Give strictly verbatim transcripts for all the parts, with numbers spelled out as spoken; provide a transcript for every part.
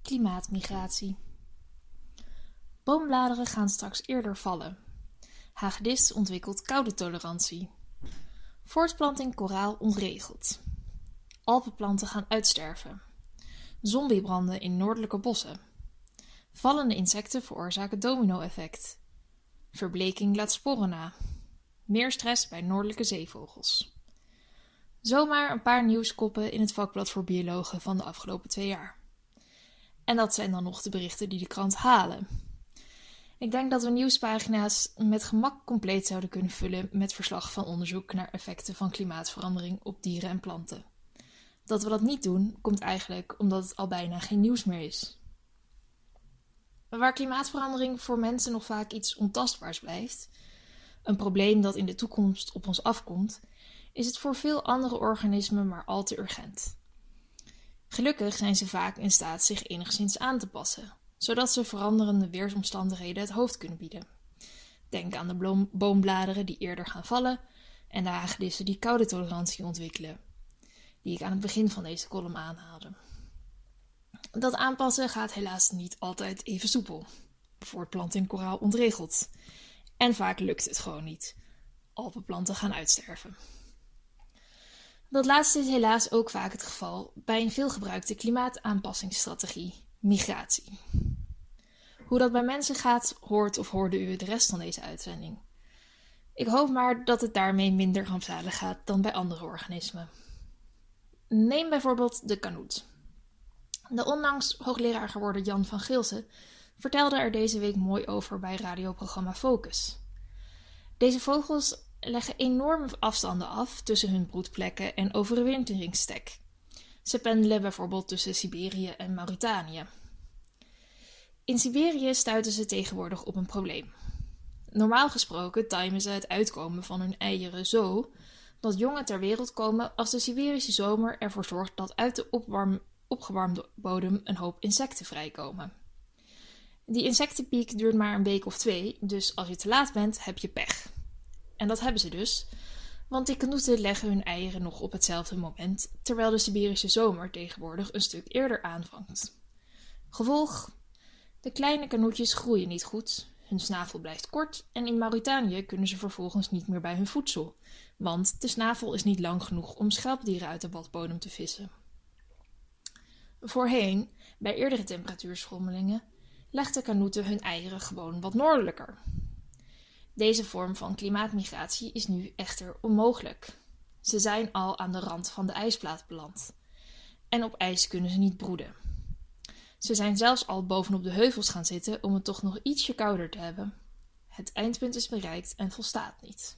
Klimaatmigratie. Boombladeren gaan straks eerder vallen. Hagedis ontwikkelt koudetolerantie. Voortplanting koraal ontregeld. Alpenplanten gaan uitsterven. Zombiebranden in noordelijke bossen. Vallende insecten veroorzaken domino-effect. Verbleking laat sporen na. Meer stress bij noordelijke zeevogels. Zomaar een paar nieuwskoppen in het vakblad voor biologen van de afgelopen twee jaar. En dat zijn dan nog de berichten die de krant halen. Ik denk dat we nieuwspagina's met gemak compleet zouden kunnen vullen met verslag van onderzoek naar effecten van klimaatverandering op dieren en planten. Dat we dat niet doen, komt eigenlijk omdat het al bijna geen nieuws meer is. Waar klimaatverandering voor mensen nog vaak iets ontastbaars blijft, een probleem dat in de toekomst op ons afkomt, is het voor veel andere organismen maar al te urgent. Gelukkig zijn ze vaak in staat zich enigszins aan te passen, zodat ze veranderende weersomstandigheden het hoofd kunnen bieden. Denk aan de bloem- boombladeren die eerder gaan vallen en de hagedissen die koude tolerantie ontwikkelen, die ik aan het begin van deze column aanhaalde. Dat aanpassen gaat helaas niet altijd even soepel. Voortplanting koraal ontregeld. En vaak lukt het gewoon niet. Alpenplanten gaan uitsterven. Dat laatste is helaas ook vaak het geval bij een veelgebruikte klimaataanpassingsstrategie, migratie. Hoe dat bij mensen gaat, hoort of hoorde u de rest van deze uitzending. Ik hoop maar dat het daarmee minder rampzalig gaat dan bij andere organismen. Neem bijvoorbeeld de kanoet. De onlangs hoogleraar geworden Jan van Geelsen vertelde er deze week mooi over bij radioprogramma Focus. Deze vogels leggen enorme afstanden af tussen hun broedplekken en overwinteringsstek. Ze pendelen bijvoorbeeld tussen Siberië en Mauritanië. In Siberië stuiten ze tegenwoordig op een probleem. Normaal gesproken timen ze het uitkomen van hun eieren zo dat jongen ter wereld komen als de Siberische zomer ervoor zorgt dat uit de opwarm, opgewarmde bodem een hoop insecten vrijkomen. Die insectenpiek duurt maar een week of twee, dus als je te laat bent, heb je pech. En dat hebben ze dus, want die kanoeten leggen hun eieren nog op hetzelfde moment, terwijl de Siberische zomer tegenwoordig een stuk eerder aanvangt. Gevolg: de kleine kanoetjes groeien niet goed, hun snavel blijft kort en in Mauritanië kunnen ze vervolgens niet meer bij hun voedsel, want de snavel is niet lang genoeg om schelpdieren uit de badbodem te vissen. Voorheen, bij eerdere temperatuurschommelingen, legden kanoeten hun eieren gewoon wat noordelijker. Deze vorm van klimaatmigratie is nu echter onmogelijk. Ze zijn al aan de rand van de ijsplaat beland. En op ijs kunnen ze niet broeden. Ze zijn zelfs al bovenop de heuvels gaan zitten om het toch nog ietsje kouder te hebben. Het eindpunt is bereikt en volstaat niet.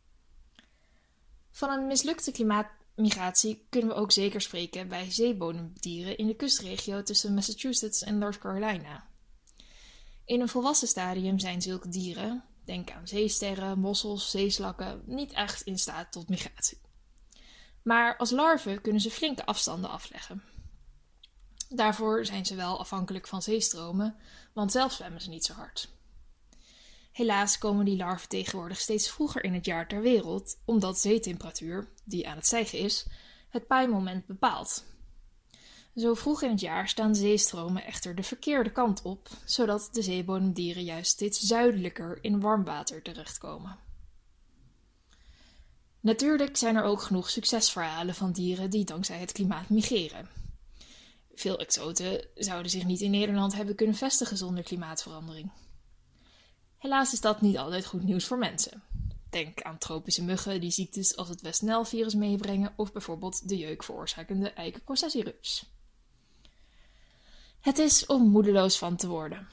Van een mislukte klimaatmigratie kunnen we ook zeker spreken bij zeebodemdieren in de kustregio tussen Massachusetts en North Carolina. In een volwassen stadium zijn zulke dieren, denk aan zeesterren, mossels, zeeslakken, niet echt in staat tot migratie. Maar als larven kunnen ze flinke afstanden afleggen. Daarvoor zijn ze wel afhankelijk van zeestromen, want zelf zwemmen ze niet zo hard. Helaas komen die larven tegenwoordig steeds vroeger in het jaar ter wereld, omdat zeetemperatuur, die aan het stijgen is, het paaimoment bepaalt. Zo vroeg in het jaar staan de zeestromen echter de verkeerde kant op, zodat de zeebodemdieren juist steeds zuidelijker in warm water terechtkomen. Natuurlijk zijn er ook genoeg succesverhalen van dieren die dankzij het klimaat migreren. Veel exoten zouden zich niet in Nederland hebben kunnen vestigen zonder klimaatverandering. Helaas is dat niet altijd goed nieuws voor mensen. Denk aan tropische muggen die ziektes als het West-Nile-virus meebrengen of bijvoorbeeld de jeuk veroorzakende eikenprocessierups. Het is om moedeloos van te worden.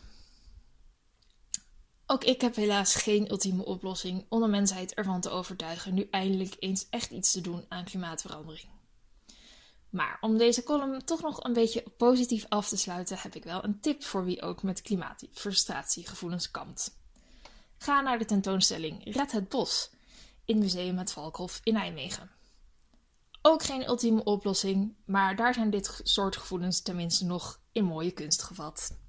Ook ik heb helaas geen ultieme oplossing om de mensheid ervan te overtuigen nu eindelijk eens echt iets te doen aan klimaatverandering. Maar om deze column toch nog een beetje positief af te sluiten, heb ik wel een tip voor wie ook met klimaatfrustratiegevoelens kampt. Ga naar de tentoonstelling Red het Bos in Museum Het Valkhof in Nijmegen. Ook geen ultieme oplossing, maar daar zijn dit soort gevoelens tenminste nog in mooie kunst gevat.